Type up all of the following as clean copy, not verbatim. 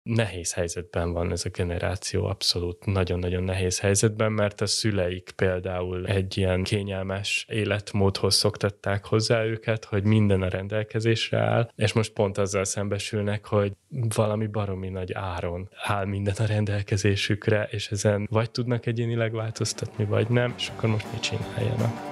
Nehéz helyzetben van ez a generáció, abszolút nagyon-nagyon nehéz helyzetben, mert a szüleik például egy ilyen kényelmes életmódhoz szoktatták hozzá őket, hogy minden a rendelkezésre áll, és most pont azzal szembesülnek, hogy valami baromi nagy áron áll minden a rendelkezésükre, és ezen vagy tudnak egyénileg változtatni, vagy nem, és akkor most mit csináljanak?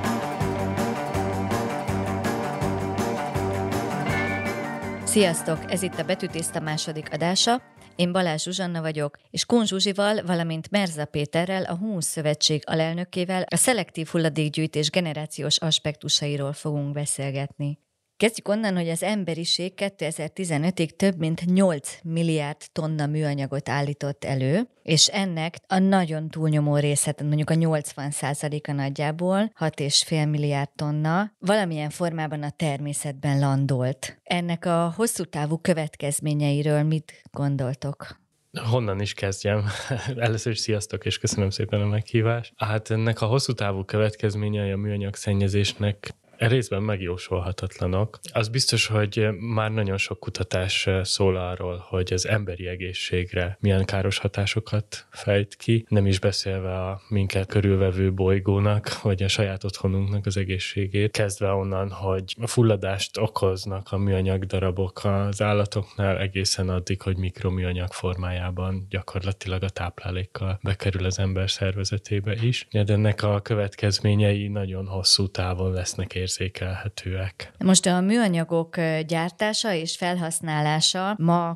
Sziasztok! Ez itt a Betűtészta második adása. Én Balázs Zsuzsanna vagyok, és Kun Zsuzsival, valamint Merza Péterrel, a Humusz Szövetség alelnökével a szelektív hulladékgyűjtés generációs aspektusairól fogunk beszélgetni. Kezdjük onnan, hogy az emberiség 2015-ig több mint 8 milliárd tonna műanyagot állított elő, és ennek a nagyon túlnyomó része, mondjuk a 80%-a nagyjából, 6,5 milliárd tonna, valamilyen formában a természetben landolt. Ennek a hosszú távú következményeiről mit gondoltok? Honnan is kezdjem? Először is sziasztok, és köszönöm szépen a meghívást. Hát ennek a hosszú távú következményei a műanyag szennyezésnek részben megjósolhatatlanok. Az biztos, hogy már nagyon sok kutatás szól arról, hogy az emberi egészségre milyen káros hatásokat fejt ki, nem is beszélve a minket körülvevő bolygónak, vagy a saját otthonunknak az egészségét. Kezdve onnan, hogy a fulladást okoznak a műanyag darabok az állatoknál, egészen addig, hogy mikroműanyag formájában gyakorlatilag a táplálékkal bekerül az ember szervezetébe is. De ennek a következményei nagyon hosszú távon lesznek érzékelhetőek. Most a műanyagok gyártása és felhasználása ma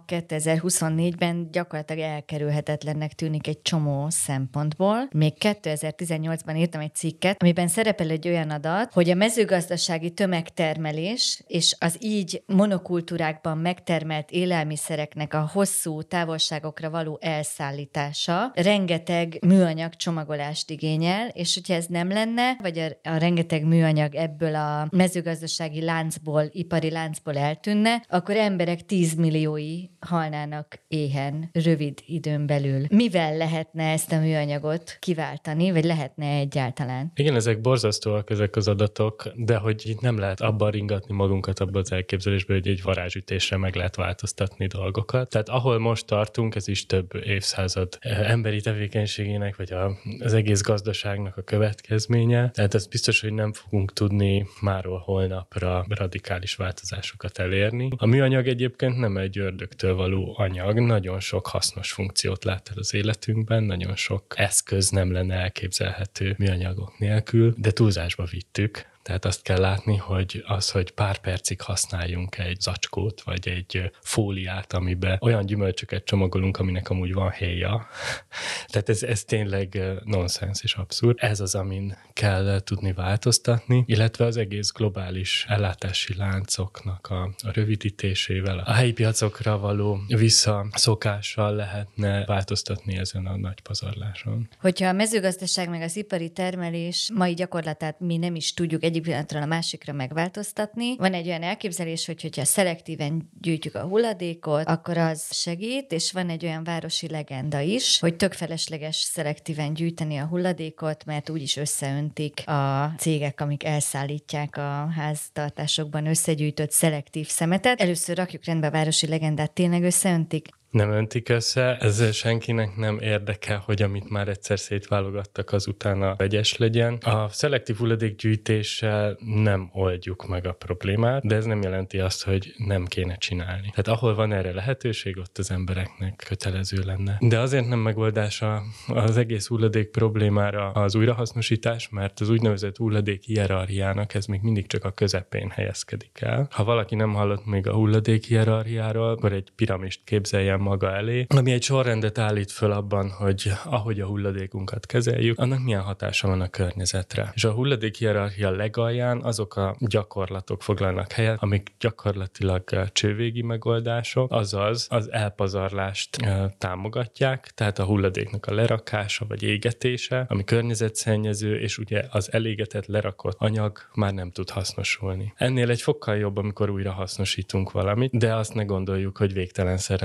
2024-ben gyakorlatilag elkerülhetetlennek tűnik egy csomó szempontból. Még 2018-ban írtam egy cikket, amiben szerepel egy olyan adat, hogy a mezőgazdasági tömegtermelés és az így monokultúrákban megtermelt élelmiszereknek a hosszú távolságokra való elszállítása rengeteg műanyag csomagolást igényel, és hogyha ez nem lenne, vagy a rengeteg műanyag ebből a mezőgazdasági láncból, ipari láncból eltűnne, akkor emberek 10 milliói halnának éhen rövid időn belül. Mivel lehetne ezt a műanyagot kiváltani, vagy lehetne egyáltalán? Igen, ezek borzasztóak, ezek az adatok, de hogy itt nem lehet abban ringatni magunkat abban az elképzelésben, hogy egy varázsütésre meg lehet változtatni dolgokat. Tehát ahol most tartunk, ez is több évszázad emberi tevékenységének, vagy az egész gazdaságnak a következménye. Tehát ez biztos, hogy nem fogunk tudni máról holnapra radikális változásokat elérni. A műanyag egyébként nem egy ördögtől való anyag, nagyon sok hasznos funkciót lát el az életünkben, nagyon sok eszköz nem lenne elképzelhető műanyagok nélkül, de túlzásba vittük. Tehát azt kell látni, hogy pár percig használjunk egy zacskót, vagy egy fóliát, amiben olyan gyümölcsöket csomagolunk, aminek amúgy van héja. Tehát ez tényleg nonsens és abszurd. Ez az, amin kell tudni változtatni, illetve az egész globális ellátási láncoknak a rövidítésével, a helyi piacokra való visszaszokással lehetne változtatni ezen a nagy pazarláson. Hogyha a mezőgazdaság meg az ipari termelés mai gyakorlatát mi nem is tudjuk egyik pillanatról a másikra megváltoztatni. Van egy olyan elképzelés, hogyha szelektíven gyűjtjük a hulladékot, akkor az segít, és van egy olyan városi legenda is, hogy tök felesleges szelektíven gyűjteni a hulladékot, mert úgyis összeöntik a cégek, amik elszállítják a háztartásokban összegyűjtött szelektív szemetet. Először rakjuk rendbe a városi legendát, tényleg összeöntik? Nem öntik össze, ez senkinek nem érdeke, hogy amit már egyszer szétválogattak, az utána vegyes legyen. A szelektív hulladékgyűjtéssel nem oldjuk meg a problémát, de ez nem jelenti azt, hogy nem kéne csinálni. Tehát ahol van erre lehetőség, ott az embereknek kötelező lenne. De azért nem megoldása az egész hulladék problémára az újrahasznosítás, mert az úgynevezett hulladék hierarchiának ez még mindig csak a közepén helyezkedik el. Ha valaki nem hallott még a hulladék hierarchiáról, akkor egy piramist képzeljen maga elé, ami egy sorrendet állít föl abban, hogy ahogy a hulladékunkat kezeljük, annak milyen hatása van a környezetre. És a hulladék hierarchia legalján azok a gyakorlatok foglalnak helyet, amik gyakorlatilag csővégi megoldások, azaz az elpazarlást támogatják, tehát a hulladéknak a lerakása vagy égetése, ami környezetszennyező, és ugye az elégetett, lerakott anyag már nem tud hasznosulni. Ennél egy fokkal jobb, amikor újra hasznosítunk valamit, de azt ne gondoljuk, hogy végtelenszerre lehet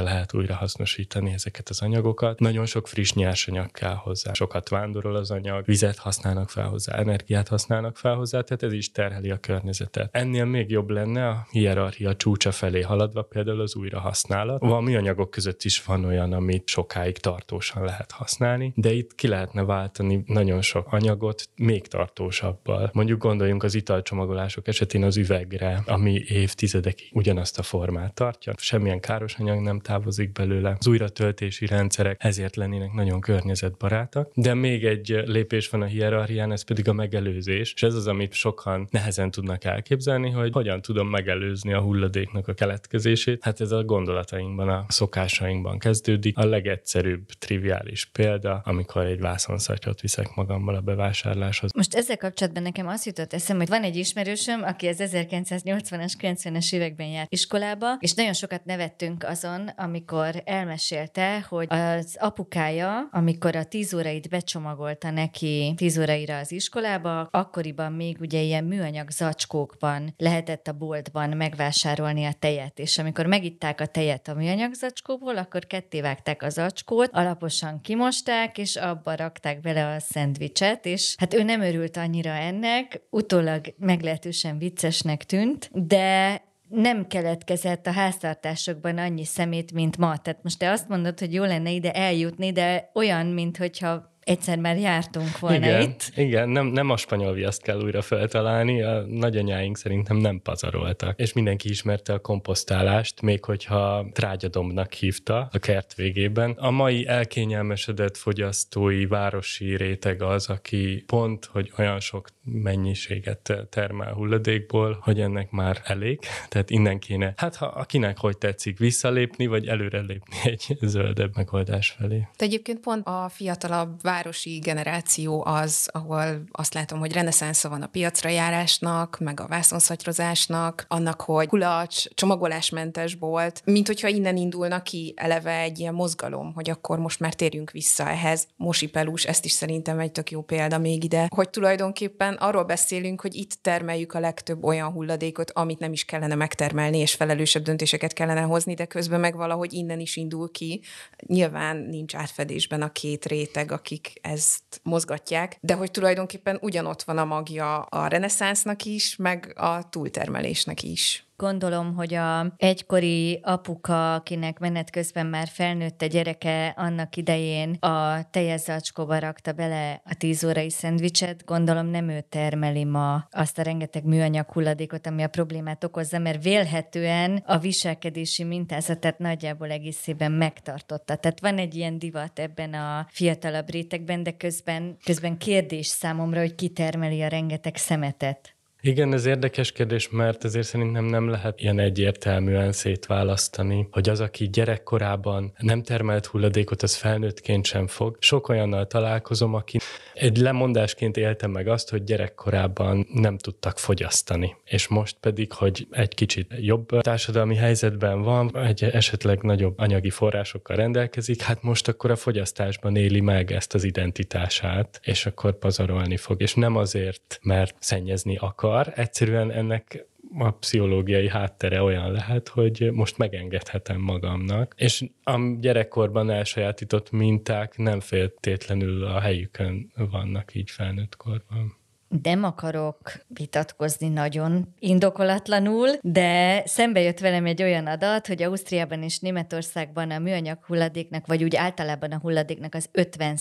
újrahasznosítani ezeket az anyagokat. Nagyon sok friss nyersanyag kell hozzá. Sokat vándorol az anyag, vizet használnak fel hozzá, energiát használnak fel hozzá, tehát ez is terheli a környezetet. Ennél még jobb lenne a hierarchia csúcsa felé haladva például az újrahasználat. A műanyagok között is van olyan, amit sokáig tartósan lehet használni, de itt ki lehetne váltani nagyon sok anyagot még tartósabbal. Mondjuk gondoljunk az italcsomagolások esetén az üvegre, ami évtizedekig ugyanazt a formát tartja. Semmilyen káros anyag nem távozik belőle. Az újratöltési rendszerek ezért lennének nagyon környezetbarátak. De még egy lépés van a hierarchián, ez pedig a megelőzés. És ez az, amit sokan nehezen tudnak elképzelni, hogy hogyan tudom megelőzni a hulladéknak a keletkezését. Hát ez a gondolatainkban, a szokásainkban kezdődik. A legegyszerűbb, triviális példa, amikor egy vászonszatyrot viszek magammal a bevásárláshoz. Most ezzel kapcsolatban nekem azt jutott eszembe, hogy van egy ismerősöm, aki az 1980-as, 90-es években járt iskolába, és nagyon sokat nevettünk azon, amikor elmesélte, hogy az apukája, amikor a 10 órait becsomagolta neki 10 óraira az iskolába, akkoriban még ugye ilyen műanyag zacskókban lehetett a boltban megvásárolni a tejet, és amikor megitták a tejet a műanyag zacskóból, akkor kettévágták a zacskót, alaposan kimosták, és abba rakták bele a szendvicset, és hát ő nem örült annyira ennek, utólag meglehetősen viccesnek tűnt, de nem keletkezett a háztartásokban annyi szemét, mint ma. Tehát most te azt mondod, hogy jó lenne ide eljutni, de olyan, minthogyha egyszer már jártunk volna igen, itt. Igen, nem a spanyol viaszt kell újra feltalálni, a nagyanyáink szerintem nem pazaroltak. És mindenki ismerte a komposztálást, még hogyha trágyadombnak hívta a kert végében. A mai elkényelmesedett fogyasztói városi réteg az, aki pont, hogy olyan sok mennyiséget termel hulladékból, hogy ennek már elég. Tehát innen kéne, hát ha akinek hogy tetszik, visszalépni, vagy előrelépni egy zöldebb megoldás felé. De egyébként pont a fiatalabb városi generáció az, ahol azt látom, hogy reneszánsza van a piacra járásnak, meg a vászonszatyrozásnak, annak, hogy kulacs, csomagolásmentes bolt, mint hogyha innen indulna ki eleve egy ilyen mozgalom, hogy akkor most már térjünk vissza ehhez. Mosipelus, ezt is szerintem egy tök jó példa még ide, hogy tulajdonképpen arról beszélünk, hogy itt termeljük a legtöbb olyan hulladékot, amit nem is kellene megtermelni, és felelősebb döntéseket kellene hozni, de közben meg valahogy innen is indul ki. Nyilván nincs átfedésben a két réteg, akik ezt mozgatják, de hogy tulajdonképpen ugyanott van a magja a reneszánsznak is, meg a túltermelésnek is. Gondolom, hogy a egykori apuka, akinek menet közben már felnőtt a gyereke, annak idején a teljes zacskóba rakta bele a 10 órai szendvicset, gondolom nem ő termeli ma azt a rengeteg műanyag hulladékot, ami a problémát okozza, mert vélhetően a viselkedési mintázatát nagyjából egészében megtartotta. Tehát van egy ilyen divat ebben a fiatalabb rétegben, de közben kérdés számomra, hogy ki termeli a rengeteg szemetet. Igen, ez érdekes kérdés, mert ezért szerintem nem lehet ilyen egyértelműen szétválasztani, hogy az, aki gyerekkorában nem termelt hulladékot, az felnőttként sem fog. Sok olyannal találkozom, aki egy lemondásként élte meg azt, hogy gyerekkorában nem tudtak fogyasztani. És most pedig, hogy egy kicsit jobb társadalmi helyzetben van, egy esetleg nagyobb anyagi forrásokkal rendelkezik, hát most akkor a fogyasztásban éli meg ezt az identitását, és akkor pazarolni fog. És nem azért, mert szennyezni akar, egyszerűen ennek a pszichológiai háttere olyan lehet, hogy most megengedhetem magamnak, és a gyerekkorban elsajátított minták nem feltétlenül a helyükön vannak így felnőtt korban. Nem akarok vitatkozni nagyon indokolatlanul, de szembe jött velem egy olyan adat, hogy Ausztriában és Németországban a műanyag hulladéknak, vagy úgy általában a hulladéknak az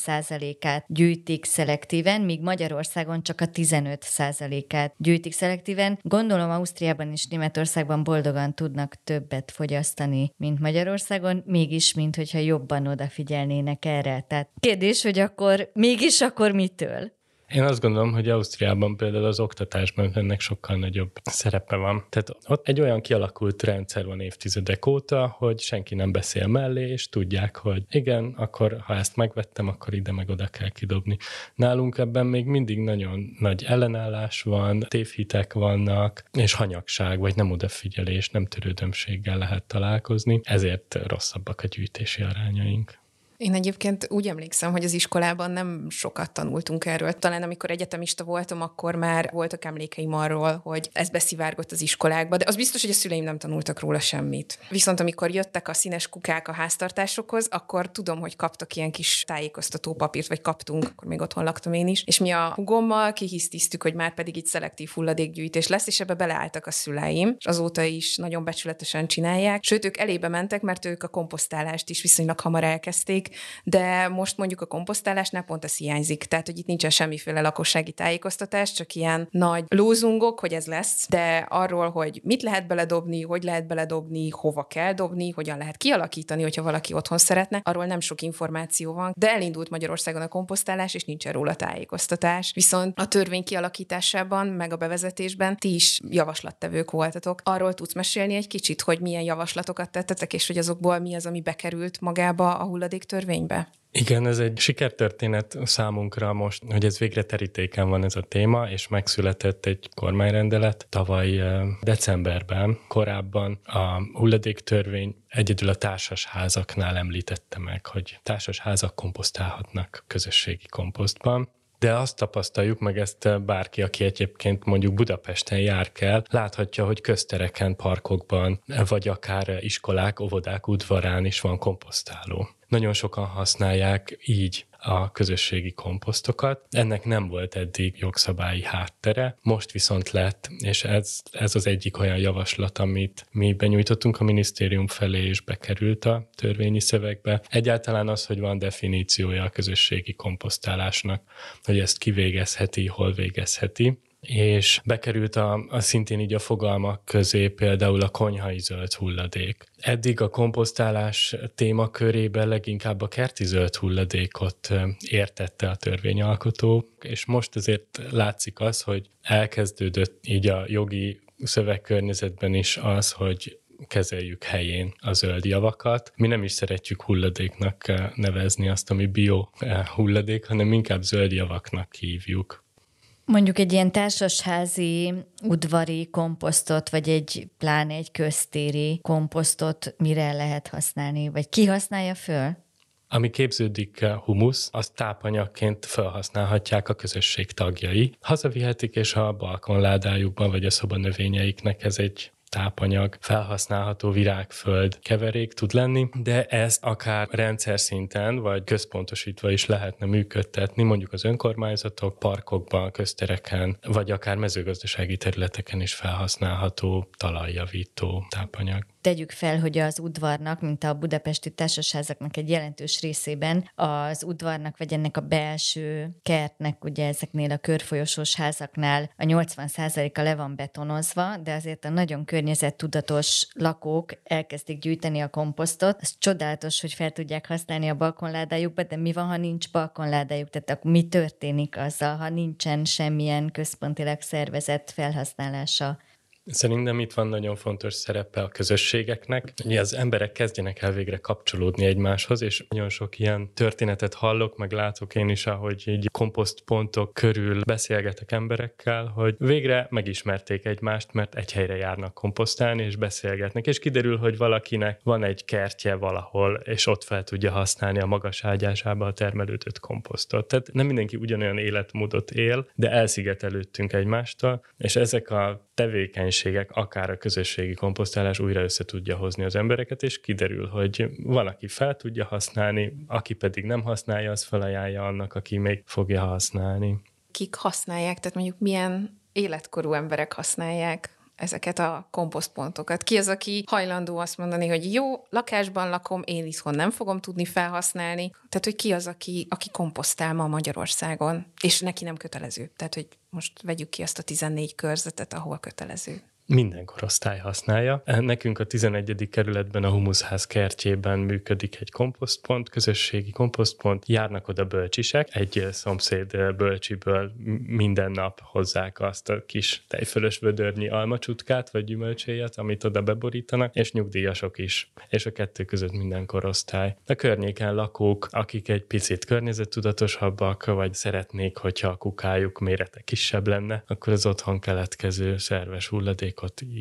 50%-át gyűjtik szelektíven, míg Magyarországon csak a 15%-át gyűjtik szelektíven. Gondolom Ausztriában és Németországban boldogan tudnak többet fogyasztani, mint Magyarországon, mégis, mint hogyha jobban odafigyelnének erre. Tehát kérdés, hogy akkor mitől? Én azt gondolom, hogy Ausztriában például az oktatásban ennek sokkal nagyobb szerepe van. Tehát ott egy olyan kialakult rendszer van évtizedek óta, hogy senki nem beszél mellé, és tudják, hogy igen, akkor ha ezt megvettem, akkor ide meg oda kell kidobni. Nálunk ebben még mindig nagyon nagy ellenállás van, tévhitek vannak, és hanyagság, vagy nem odafigyelés, nem törődömséggel lehet találkozni, ezért rosszabbak a gyűjtési arányaink. Én egyébként úgy emlékszem, hogy az iskolában nem sokat tanultunk erről. Talán amikor egyetemista voltam, akkor már voltak emlékeim arról, hogy ez beszivárgott az iskolákba, de az biztos, hogy a szüleim nem tanultak róla semmit. Viszont amikor jöttek a színes kukák a háztartásokhoz, akkor tudom, hogy kaptak ilyen kis tájékoztató papírt, vagy kaptunk, akkor még otthon laktam én is, és mi a hugommal kihisztiztük, hogy már pedig itt szelektív hulladékgyűjtés lesz, és ebbe beleálltak a szüleim, és azóta is nagyon becsületesen csinálják. Sőt, ők elébe mentek, mert ők a komposztálást is viszonylag hamar elkezdték, de most mondjuk a komposztálásnál pont ez hiányzik. Tehát, hogy itt nincsen semmiféle lakossági tájékoztatás, csak ilyen nagy lózungok, hogy ez lesz, de arról, hogy mit lehet beledobni, hogy lehet beledobni, hova kell dobni, hogyan lehet kialakítani, hogyha valaki otthon szeretne, arról nem sok információ van, de elindult Magyarországon a komposztálás, és nincsen róla tájékoztatás. Viszont a törvény kialakításában, meg a bevezetésben ti is javaslattevők voltatok. Arról tudsz mesélni egy kicsit, hogy milyen javaslatokat tettetek, és hogy azokból mi az, ami bekerült magába a hulladéktörvénybe? Igen, ez egy sikertörténet számunkra most, hogy ez végre terítéken van ez a téma, és megszületett egy kormányrendelet tavaly decemberben. Korábban a hulladéktörvény egyedül a társasházaknál említette meg, hogy társasházak komposztálhatnak közösségi komposztban. De azt tapasztaljuk, meg ezt bárki, aki egyébként mondjuk Budapesten jár kell, láthatja, hogy köztereken, parkokban, vagy akár iskolák, óvodák udvarán is van komposztáló. Nagyon sokan használják így a közösségi komposztokat. Ennek nem volt eddig jogszabályi háttere, most viszont lett, és ez az egyik olyan javaslat, amit mi benyújtottunk a minisztérium felé, és bekerült a törvényi szövegbe. Egyáltalán az, hogy van definíciója a közösségi komposztálásnak, hogy ezt kivégezheti, hol végezheti, és bekerült szintén így a fogalmak közé például a konyhai zöld hulladék. Eddig a komposztálás témakörében leginkább a kerti zöld hulladékot értette a törvényalkotó, és most azért látszik az, hogy elkezdődött így a jogi szövegkörnyezetben is az, hogy kezeljük helyén a zöld javakat. Mi nem is szeretjük hulladéknak nevezni azt, ami bio hulladék, hanem inkább zöld javaknak hívjuk. Mondjuk egy ilyen társasházi udvari komposztot, vagy pláne egy köztéri komposztot mire lehet használni, vagy ki használja föl? Ami képződik humusz, azt tápanyagként felhasználhatják a közösség tagjai. Hazavihetik, és a balkonládájukban vagy a szobanövényeiknek ez egy tápanyag, felhasználható virágföld keverék tud lenni, de ezt akár rendszer szinten, vagy központosítva is lehetne működtetni, mondjuk az önkormányzatok, parkokban, köztereken, vagy akár mezőgazdasági területeken is felhasználható talajjavító tápanyag. Tegyük fel, hogy az udvarnak, mint a budapesti társasházaknak egy jelentős részében az udvarnak, vagy ennek a belső kertnek, ugye ezeknél a körfolyosós házaknál a 80%-a le van betonozva, de azért a nagyon környezettudatos lakók elkezdik gyűjteni a komposztot. Az csodálatos, hogy fel tudják használni a balkonládájukba, de mi van, ha nincs balkonládájuk? Tehát akkor mi történik azzal, ha nincsen semmilyen központilag szervezett felhasználása? Szerintem itt van nagyon fontos szerepe a közösségeknek, hogy az emberek kezdjenek el végre kapcsolódni egymáshoz, és nagyon sok ilyen történetet hallok, meg látok én is, ahogy így komposztpontok körül beszélgetek emberekkel, hogy végre megismerték egymást, mert egy helyre járnak komposztálni, és beszélgetnek, és kiderül, hogy valakinek van egy kertje valahol, és ott fel tudja használni a magas ágyásába a termelődött komposztot. Tehát nem mindenki ugyanolyan életmódot él, de elszigetelődtünk egymástól, és ezek a tevékenységek, akár a közösségi komposztálás újra össze tudja hozni az embereket, és kiderül, hogy van, aki fel tudja használni, aki pedig nem használja, az felajánlja annak, aki még fogja használni. Kik használják, tehát mondjuk milyen életkorú emberek használják ezeket a komposztpontokat? Ki az, aki hajlandó azt mondani, hogy jó, lakásban lakom, én itthon nem fogom tudni felhasználni. Tehát, hogy ki az, aki komposztál ma Magyarországon, és neki nem kötelező. Tehát, hogy most vegyük ki azt a 14 körzetet, ahol kötelező. Minden korosztály használja. Nekünk a 11. kerületben a Humuszház kertjében működik egy komposztpont, közösségi komposztpont, járnak oda bölcsisek, egy szomszéd bölcsiből minden nap hozzák azt a kis tejfölös vödörnyi almacsutkát vagy gyümölcséjat, amit oda beborítanak, és nyugdíjasok is, és a kettő között minden korosztály. A környéken lakók, akik egy picit környezettudatosabbak, vagy szeretnék, hogyha a kukájuk mérete kisebb lenne, akkor az otthon keletkező szerves hulladékot így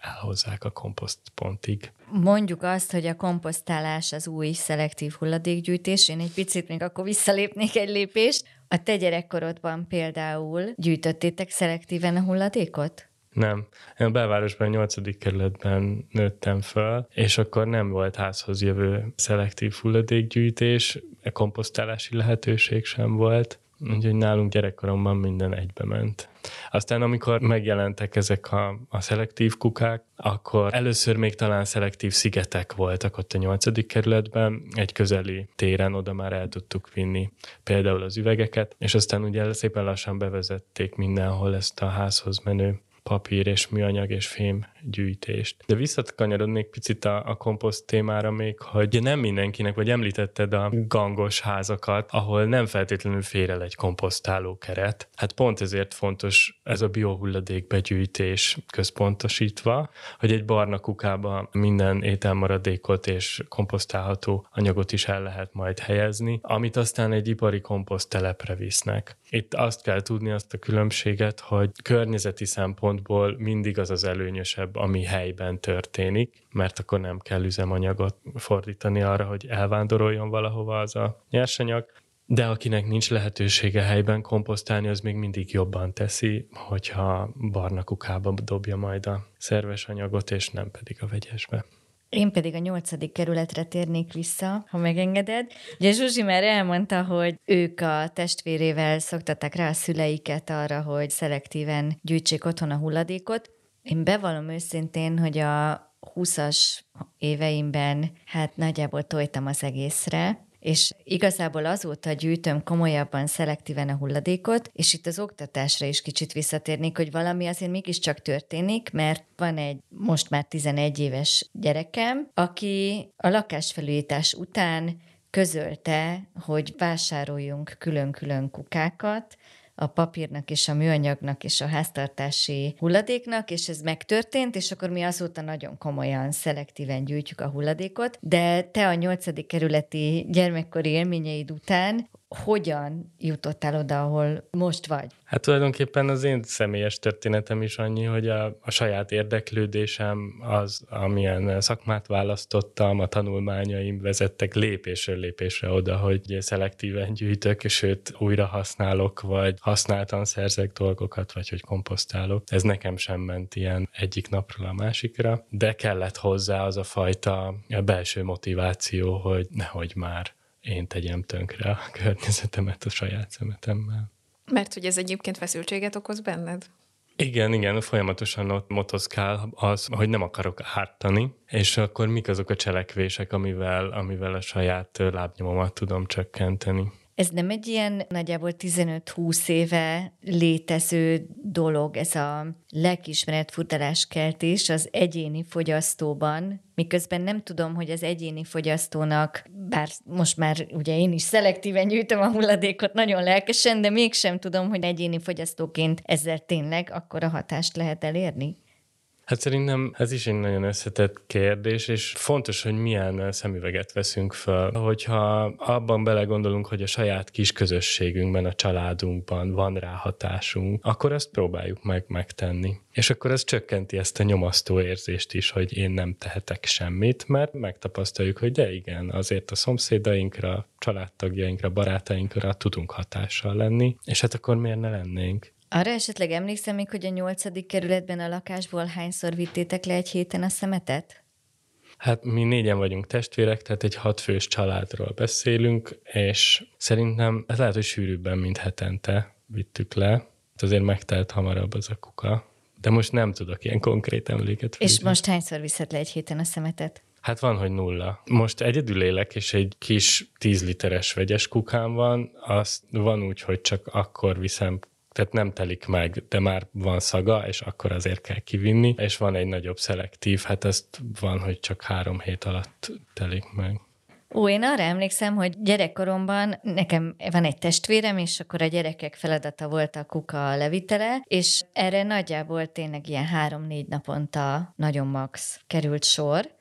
elhozzák a komposztpontig. Mondjuk azt, hogy a komposztálás az új szelektív hulladékgyűjtés. Én egy picit még akkor visszalépnék egy lépést. A te gyerekkorodban például gyűjtöttétek szelektíven a hulladékot? Nem. Én a belvárosban, a 8. kerületben nőttem föl, és akkor nem volt házhoz jövő szelektív hulladékgyűjtés, komposztálási lehetőség sem volt, úgyhogy nálunk gyerekkoromban minden egybe ment. Aztán amikor megjelentek ezek a szelektív kukák, akkor először még talán szelektív szigetek voltak ott a 8. kerületben, egy közeli téren oda már el tudtuk vinni például az üvegeket, és aztán ugye szépen lassan bevezették mindenhol ezt a házhoz menő papír és műanyag és fém gyűjtést. De visszakanyarodnék picit a komposzt témára még, hogy nem mindenkinek, vagy említetted a gangos házakat, ahol nem feltétlenül fér el egy komposztáló keret. Hát pont ezért fontos ez a biohulladék begyűjtés központosítva, hogy egy barna kukába minden ételmaradékot és komposztálható anyagot is el lehet majd helyezni, amit aztán egy ipari komposzttelepre visznek. Itt azt kell tudni, azt a különbséget, hogy környezeti szempontból mindig az az előnyösebb, ami helyben történik, mert akkor nem kell üzemanyagot fordítani arra, hogy elvándoroljon valahova az a nyersanyag. De akinek nincs lehetősége helyben komposztálni, az még mindig jobban teszi, hogyha barna kukába dobja majd a szerves anyagot, és nem pedig a vegyesbe. Én pedig a 8. kerületre térnék vissza, ha megengeded. Ugye Zsuzsi már elmondta, hogy ők a testvérével szoktatták rá a szüleiket arra, hogy szelektíven gyűjtsék otthon a hulladékot. Én bevallom őszintén, hogy a 20-as éveimben hát nagyjából tojtam az egészre, és igazából azóta gyűjtöm komolyabban szelektíven a hulladékot, és itt az oktatásra is kicsit visszatérnék, hogy valami azért mégiscsak történik, mert van egy most már 11 éves gyerekem, aki a lakásfelújítás után közölte, hogy vásároljunk külön-külön kukákat, a papírnak és a műanyagnak és a háztartási hulladéknak, és ez megtörtént, és akkor mi azóta nagyon komolyan, szelektíven gyűjtjük a hulladékot, de te a 8. kerületi gyermekkori élményeid után hogyan jutottál oda, ahol most vagy? Hát tulajdonképpen az én személyes történetem is annyi, hogy a saját érdeklődésem az, amilyen szakmát választottam, a tanulmányaim vezettek lépésről lépésre oda, hogy szelektíven gyűjtök, sőt újra használok, vagy használtan szerzek dolgokat, vagy hogy komposztálok. Ez nekem sem ment ilyen egyik napról a másikra, de kellett hozzá az a fajta belső motiváció, hogy nehogy már én tegyem tönkre a környezetemet a saját szemetemmel. Mert hogy ez egyébként feszültséget okoz benned? Igen, folyamatosan ott motoszkál az, hogy nem akarok ártani, és akkor mik azok a cselekvések, amivel a saját lábnyomomat tudom csökkenteni. Ez nem egy ilyen nagyjából 15-20 éve létező dolog, ez a lelkiismeret furdaláskeltés az egyéni fogyasztóban, miközben nem tudom, hogy az egyéni fogyasztónak, bár most már ugye én is szelektíven gyűjtöm a hulladékot nagyon lelkesen, de mégsem tudom, hogy egyéni fogyasztóként ezzel tényleg akkora hatást lehet elérni. Hát szerintem ez is egy nagyon összetett kérdés, és fontos, hogy milyen szemüveget veszünk föl. Hogyha abban belegondolunk, hogy a saját kis közösségünkben, a családunkban van rá hatásunk, akkor azt próbáljuk megtenni. És akkor ez csökkenti ezt a nyomasztó érzést is, hogy én nem tehetek semmit, mert megtapasztaljuk, hogy de igen, azért a szomszédainkra, családtagjainkra, barátainkra tudunk hatással lenni, és hát akkor miért ne lennénk? Arra esetleg emlékszem még, hogy a 8. kerületben a lakásból hányszor vittétek le egy héten a szemetet? Hát mi 4-en vagyunk testvérek, tehát egy 6 fős családról beszélünk, és szerintem ez lehet, hogy sűrűbben, mint hetente vittük le. Azért megtelt hamarabb az a kuka, de most nem tudok ilyen konkrét emléket felírni. És most hányszor viszed le egy héten a szemetet? Hát van, hogy 0. Most egyedül élek, és egy kis 10 literes vegyes kukám van, az van úgy, hogy csak akkor viszem, tehát nem telik meg, de már van szaga, és akkor azért kell kivinni, és van egy nagyobb szelektív, hát ezt van, hogy csak 3 hét alatt telik meg. Én arra emlékszem, hogy gyerekkoromban nekem van egy testvérem, és akkor a gyerekek feladata volt a kuka levitele, és erre nagyjából tényleg ilyen 3-4 naponta nagyon max került sor.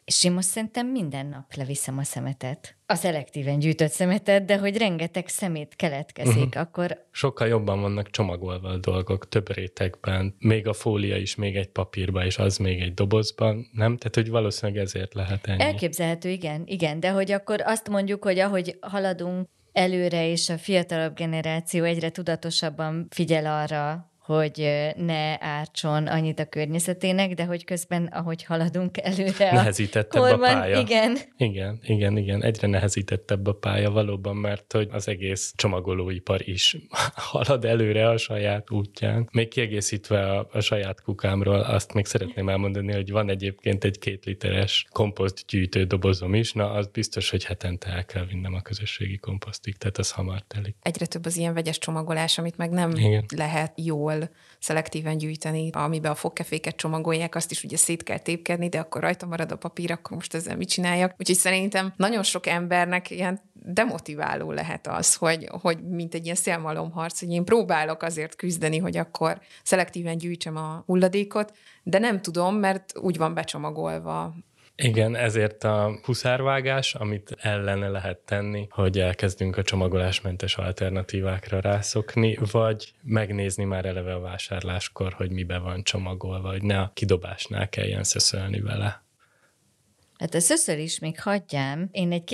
És én most szerintem minden nap leviszem a szemetet. A szelektíven gyűjtött szemetet, de hogy rengeteg szemét keletkezik, akkor... Sokkal jobban vannak csomagolva a dolgok, több rétegben, még a fólia is még egy papírba, és az még egy dobozban, nem? Tehát, hogy valószínűleg ezért lehet ennyi. Elképzelhető, igen, de hogy akkor azt mondjuk, hogy ahogy haladunk előre, és a fiatalabb generáció egyre tudatosabban figyel arra, hogy ne ártson annyit a környezetének, de hogy közben, ahogy haladunk előre nehezítettebb a pálya. Igen. Igen. Egyre nehezítettebb a pálya valóban, mert hogy az egész csomagolóipar is halad előre a saját útján. Még kiegészítve a saját kukámról, azt még szeretném elmondani, hogy van egyébként egy 2 literes komposztgyűjtő dobozom is, na az biztos, hogy hetente el kell vinnem a közösségi komposztig, tehát az hamar telik. Egyre több az ilyen vegyes csomagolás, amit meg nem lehet jól szelektíven gyűjteni, amiben a fogkeféket csomagolják, azt is ugye szét kell tépkedni, de akkor rajta marad a papír, akkor most ezzel mit csináljak? Úgyhogy szerintem nagyon sok embernek ilyen demotiváló lehet az, hogy mint egy ilyen szélmalomharc, hogy én próbálok azért küzdeni, hogy akkor szelektíven gyűjtsem a hulladékot, de nem tudom, mert úgy van becsomagolva. Igen, ezért a huszárvágás, amit ellene lehet tenni, hogy elkezdünk a csomagolásmentes alternatívákra rászokni, vagy megnézni már eleve a vásárláskor, hogy mibe van csomagolva, hogy ne a kidobásnál kelljen szöszölni vele. Hát a szöszöl is még hagyjám. Én egy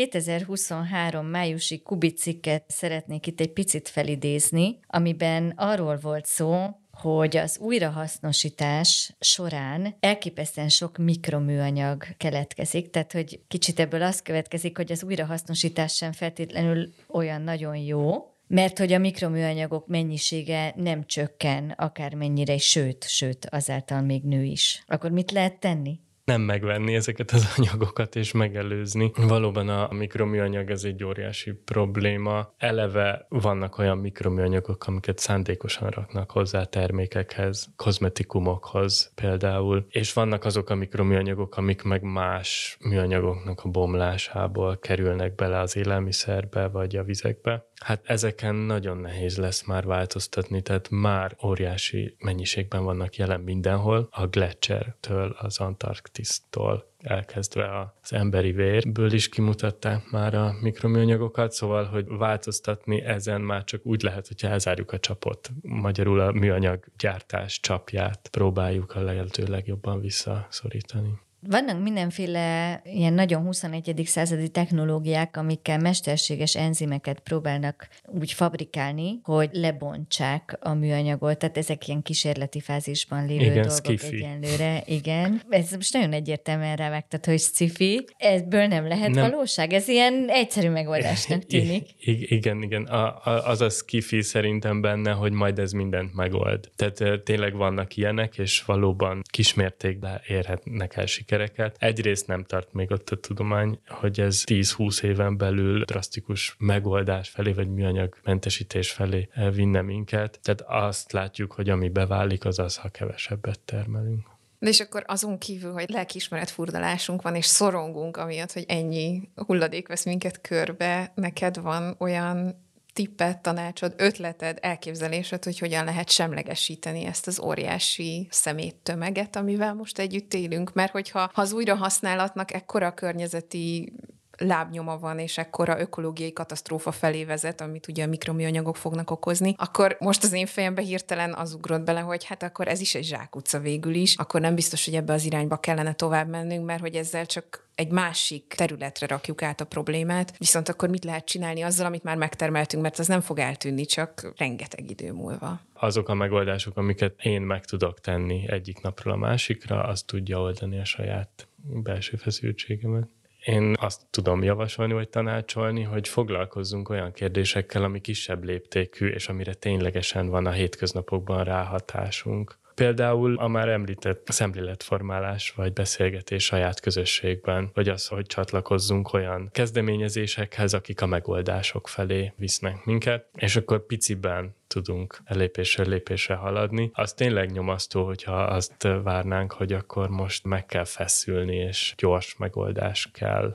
2023 májusi kubicikket szeretnék itt egy picit felidézni, amiben arról volt szó, hogy az újrahasznosítás során elképesztően sok mikroműanyag keletkezik, tehát hogy kicsit ebből az következik, hogy az újrahasznosítás sem feltétlenül olyan nagyon jó, mert hogy a mikroműanyagok mennyisége nem csökken akármennyire, sőt, azáltal még nő is. Akkor mit lehet tenni? Nem megvenni ezeket az anyagokat és megelőzni. Valóban a mikroműanyag ez egy óriási probléma. Eleve vannak olyan mikroműanyagok, amiket szándékosan raknak hozzá termékekhez, kozmetikumokhoz például, és vannak azok a mikroműanyagok, amik meg más műanyagoknak a bomlásából kerülnek bele az élelmiszerbe vagy a vizekbe. Hát ezeken nagyon nehéz lesz már változtatni, tehát már óriási mennyiségben vannak jelen mindenhol, a Gletschertől az Antarktisztól elkezdve az emberi vérből is kimutatták már a mikroműanyagokat, szóval, hogy változtatni ezen már csak úgy lehet, hogyha elzárjuk a csapot. Magyarul a műanyag gyártás csapját próbáljuk a lehető legjobban visszaszorítani. Vannak mindenféle ilyen nagyon 21. századi technológiák, amikkel mesterséges enzimeket próbálnak úgy fabrikálni, hogy lebontsák a műanyagot, tehát ezek ilyen kísérleti fázisban lévő dolgok sci-fi. Egyenlőre. Igen. Ez most nagyon egyértelműen rávágtad, hogy sci-fi. Ebből nem lehet valóság? Ez ilyen egyszerű megoldásnak tűnik. Igen. Az a sci-fi szerintem benne, hogy majd ez mindent megold. Tehát tényleg vannak ilyenek, és valóban kismértékben érhetnek el sikereket. Egyrészt nem tart még ott a tudomány, hogy ez 10-20 éven belül drasztikus megoldás felé, vagy műanyagmentesítés felé vinne minket. Tehát azt látjuk, hogy ami beválik, az az, ha kevesebbet termelünk. De és akkor azon kívül, hogy lelkiismeretfurdalásunk van, és szorongunk amiatt, hogy ennyi hulladék vesz minket körbe, neked van olyan tippet, tanácsod, ötleted, elképzelésed, hogy hogyan lehet semlegesíteni ezt az óriási szeméttömeget, amivel most együtt élünk, mert hogyha az újrahasználatnak ekkora környezeti lábnyoma van, és ekkora ökológiai katasztrófa felé vezet, amit ugye a mikroműanyagok fognak okozni, akkor most az én fejembe hirtelen az ugrott bele, hogy hát akkor ez is egy zsákutca végül is, akkor nem biztos, hogy ebbe az irányba kellene tovább mennünk, mert hogy ezzel csak egy másik területre rakjuk át a problémát, viszont akkor mit lehet csinálni azzal, amit már megtermeltünk, mert az nem fog eltűnni, csak rengeteg idő múlva. Azok a megoldások, amiket én meg tudok tenni egyik napról a másikra, az tudja oldani a saját belső feszültségemet. Én azt tudom javasolni, vagy tanácsolni, hogy foglalkozzunk olyan kérdésekkel, ami kisebb léptékű, és amire ténylegesen van a hétköznapokban ráhatásunk. Például a már említett szemléletformálás vagy beszélgetés saját közösségben, vagy az, hogy csatlakozzunk olyan kezdeményezésekhez, akik a megoldások felé visznek minket, és akkor piciben tudunk lépésről lépésre haladni. Az tényleg nyomasztó, hogyha azt várnánk, hogy akkor most meg kell feszülni, és gyors megoldás kell.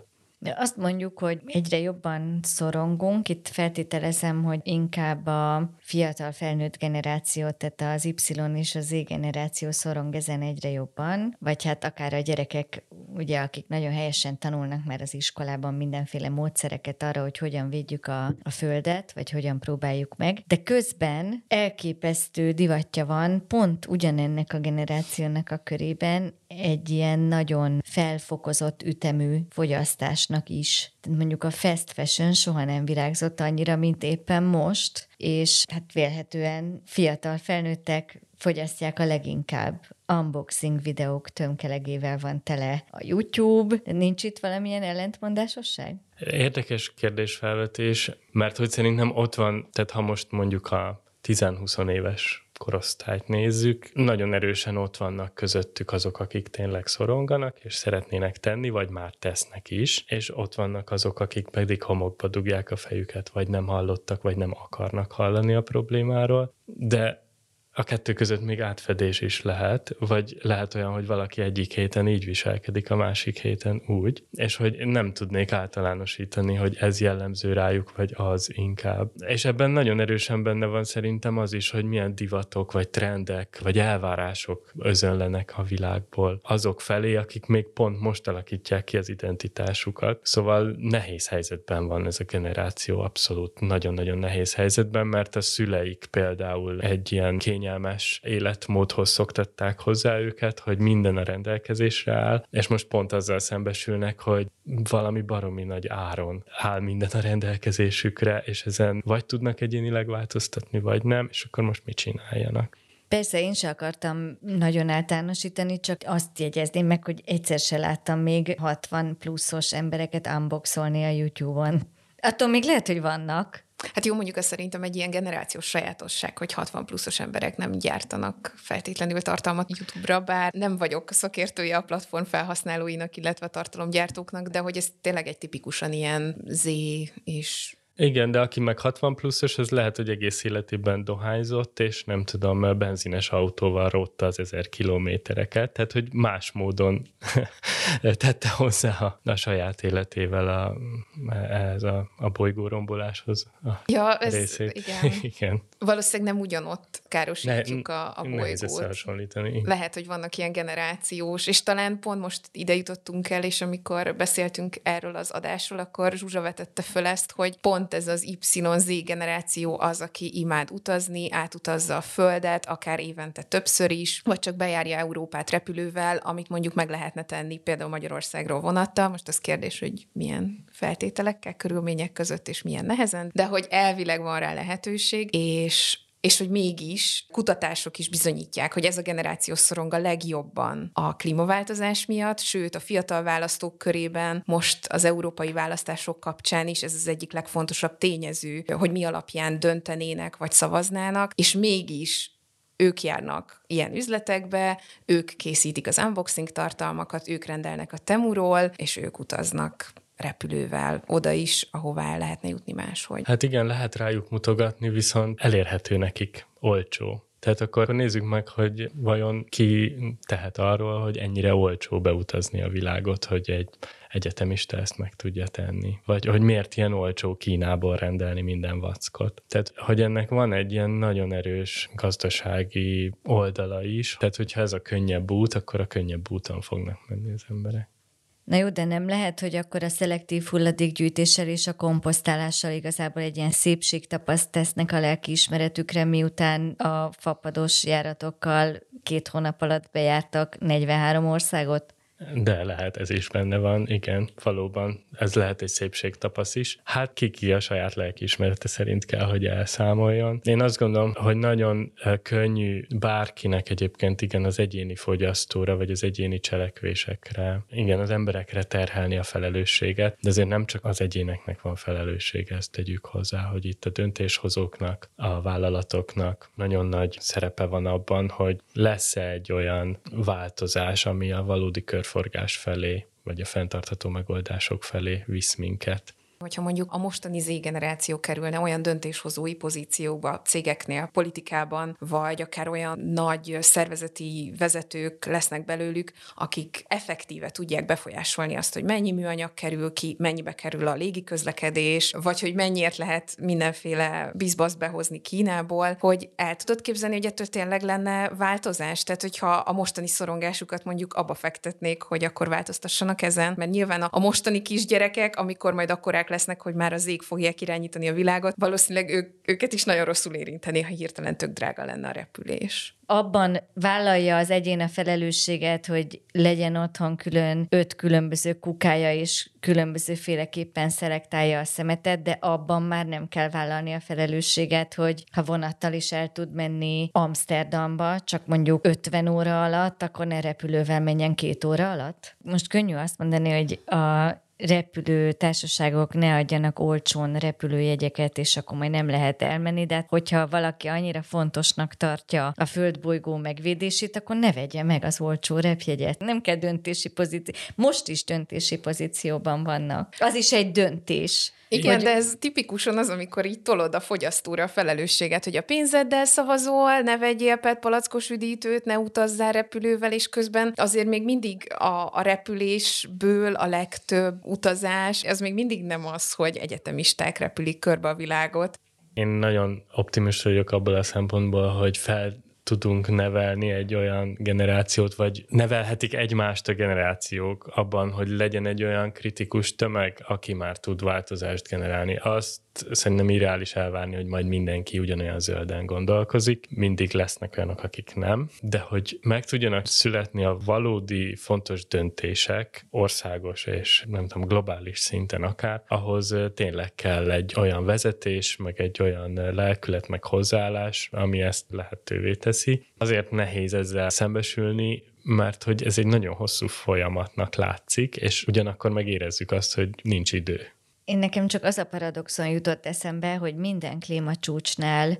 Azt mondjuk, hogy egyre jobban szorongunk. Itt feltételezem, hogy inkább a fiatal felnőtt generáció, tehát az Y és az Z generáció szorong ezen egyre jobban, vagy hát akár a gyerekek, ugye, akik nagyon helyesen tanulnak már az iskolában mindenféle módszereket arra, hogy hogyan védjük a földet, vagy hogyan próbáljuk meg. De közben elképesztő divatja van pont ugyanennek a generációnak a körében egy ilyen nagyon felfokozott ütemű fogyasztásnak is. Mondjuk a fast fashion soha nem virágzott annyira, mint éppen most, és hát vélhetően fiatal felnőttek fogyasztják a leginkább. Unboxing videók tömkelegével van tele a YouTube. Nincs itt valamilyen ellentmondásosság? Érdekes kérdésfelvetés, mert hogy szerintem ott van, tehát ha most mondjuk a 10-20 éves korosztályt nézzük, nagyon erősen ott vannak közöttük azok, akik tényleg szoronganak, és szeretnének tenni, vagy már tesznek is, és ott vannak azok, akik pedig homokba dugják a fejüket, vagy nem hallottak, vagy nem akarnak hallani a problémáról, de a kettő között még átfedés is lehet, vagy lehet olyan, hogy valaki egyik héten így viselkedik, a másik héten úgy, és hogy nem tudnék általánosítani, hogy ez jellemző rájuk, vagy az inkább. És ebben nagyon erősen benne van szerintem az is, hogy milyen divatok, vagy trendek, vagy elvárások özönlenek a világból azok felé, akik még pont most alakítják ki az identitásukat. Szóval nehéz helyzetben van ez a generáció, abszolút nagyon-nagyon nehéz helyzetben, mert a szüleik például egy ilyen kényelmes életmódhoz szoktatták hozzá őket, hogy minden a rendelkezésre áll, és most pont azzal szembesülnek, hogy valami baromi nagy áron áll minden a rendelkezésükre, és ezen vagy tudnak egyénileg változtatni, vagy nem, és akkor most mit csináljanak? Persze, én se akartam nagyon általánosítani, csak azt jegyezném meg, hogy egyszer se láttam még 60 pluszos embereket unboxolni a YouTube-on. Attól még lehet, hogy vannak. Hát jó, mondjuk ez szerintem egy ilyen generációs sajátosság, hogy 60 pluszos emberek nem gyártanak feltétlenül tartalmat YouTube-ra, bár nem vagyok szakértője a platform felhasználóinak, illetve a tartalomgyártóknak, de hogy ez tényleg egy tipikusan ilyen Z és... Igen, de aki meg 60 pluszos, az lehet, hogy egész életében dohányzott, és nem tudom, benzines autóval rótta az 1000 kilométereket, tehát hogy más módon tette hozzá a saját életével a bolygóromboláshoz a részét. Igen. Igen. Valószínűleg nem ugyanott károsítjuk a bolygót. Lehet, hogy vannak ilyen generációs, és talán pont most ide jutottunk el, és amikor beszéltünk erről az adásról, akkor Zsuzsa vetette föl ezt, hogy pont ez az YZ generáció az, aki imád utazni, átutazza a Földet, akár évente többször is, vagy csak bejárja Európát repülővel, amit mondjuk meg lehetne tenni például Magyarországról vonattal. Most az kérdés, hogy milyen feltételekkel, körülmények között, és milyen nehezen, de hogy elvileg van rá lehetőség, és hogy mégis kutatások is bizonyítják, hogy ez a generáció szorong a legjobban a klímaváltozás miatt, sőt a fiatal választók körében most az európai választások kapcsán is ez az egyik legfontosabb tényező, hogy mi alapján döntenének vagy szavaznának, és mégis ők járnak ilyen üzletekbe, ők készítik az unboxing tartalmakat, ők rendelnek a Temuról, és ők utaznak repülővel oda is, ahová el lehetne jutni máshogy. Hát igen, lehet rájuk mutogatni, viszont elérhető nekik, olcsó. Tehát akkor nézzük meg, hogy vajon ki tehet arról, hogy ennyire olcsó beutazni a világot, hogy egy egyetemista ezt meg tudja tenni. Vagy hogy miért ilyen olcsó Kínából rendelni minden vackot. Tehát, hogy ennek van egy ilyen nagyon erős gazdasági oldala is. Tehát, hogyha ez a könnyebb út, akkor a könnyebb úton fognak menni az emberek. Na jó, de nem lehet, hogy akkor a szelektív hulladékgyűjtéssel és a komposztálással igazából egy ilyen szépségtapaszt tesznek a lelkiismeretükre, miután a fapados járatokkal 2 hónap alatt bejártak 43 országot? De lehet, ez is benne van, igen, valóban ez lehet egy szépségtapasz is. Hát ki a saját lelkiismerete szerint kell, hogy elszámoljon. Én azt gondolom, hogy nagyon könnyű bárkinek egyébként igen az egyéni fogyasztóra, vagy az egyéni cselekvésekre, igen az emberekre terhelni a felelősséget, de azért nem csak az egyéneknek van felelőssége, ezt tegyük hozzá, hogy itt a döntéshozóknak, a vállalatoknak nagyon nagy szerepe van abban, hogy lesz-e egy olyan változás, ami a valódi körforgás felé, vagy a fenntartható megoldások felé visz minket. Hogyha mondjuk a mostani Z-generáció kerülne olyan döntéshozói pozíciókba cégeknél, politikában, vagy akár olyan nagy szervezeti vezetők lesznek belőlük, akik effektíve tudják befolyásolni azt, hogy mennyi műanyag kerül ki, mennyibe kerül a légiközlekedés, vagy hogy mennyiért lehet mindenféle bizbaszt behozni Kínából, hogy el tudod képzelni, hogy ettől tényleg lenne változás? Tehát, hogyha a mostani szorongásukat mondjuk abba fektetnék, hogy akkor változtassanak ezen, mert nyilván a mostani kisgyerekek, amikor majd akkorák lesznek, hogy már az ég fogják irányítani a világot, valószínűleg őket is nagyon rosszul érinteni, ha hirtelen tök drága lenne a repülés. Abban vállalja az egyén a felelősséget, hogy legyen otthon külön 5 különböző kukája, és különbözőféleképpen szelektálja a szemetet, de abban már nem kell vállalni a felelősséget, hogy ha vonattal is el tud menni Amsterdamba, csak mondjuk 50 óra alatt, akkor ne repülővel menjen 2 óra alatt. Most könnyű azt mondani, hogy a repülő társaságok ne adjanak olcsón repülőjegyeket, és akkor majd nem lehet elmenni, de hogyha valaki annyira fontosnak tartja a földbolygó megvédését, akkor ne vegye meg az olcsó repjegyet. Nem kell döntési pozíció. Most is döntési pozícióban vannak. Az is egy döntés. Igen, de ez tipikusan az, amikor így tolod a fogyasztóra a felelősséget, hogy a pénzeddel szavazol, ne vegyél PET palackos üdítőt, ne utazzál repülővel, és közben azért még mindig a repülésből a legtöbb utazás, ez még mindig nem az, hogy egyetemisták repülik körbe a világot. Én nagyon optimista vagyok abból a szempontból, hogy tudunk nevelni egy olyan generációt, vagy nevelhetik egymást a generációk abban, hogy legyen egy olyan kritikus tömeg, aki már tud változást generálni. Azt szerintem irreális elvárni, hogy majd mindenki ugyanolyan zölden gondolkozik. Mindig lesznek olyanok, akik nem. De hogy meg tudjanak születni a valódi fontos döntések, országos és nem tudom, globális szinten akár, ahhoz tényleg kell egy olyan vezetés, meg egy olyan lelkület, meg hozzáállás, ami ezt lehetővé teszi. Azért nehéz ezzel szembesülni, mert hogy ez egy nagyon hosszú folyamatnak látszik, és ugyanakkor megérezzük azt, hogy nincs idő. Én nekem csak az a paradoxon jutott eszembe, hogy minden klímacsúcsnál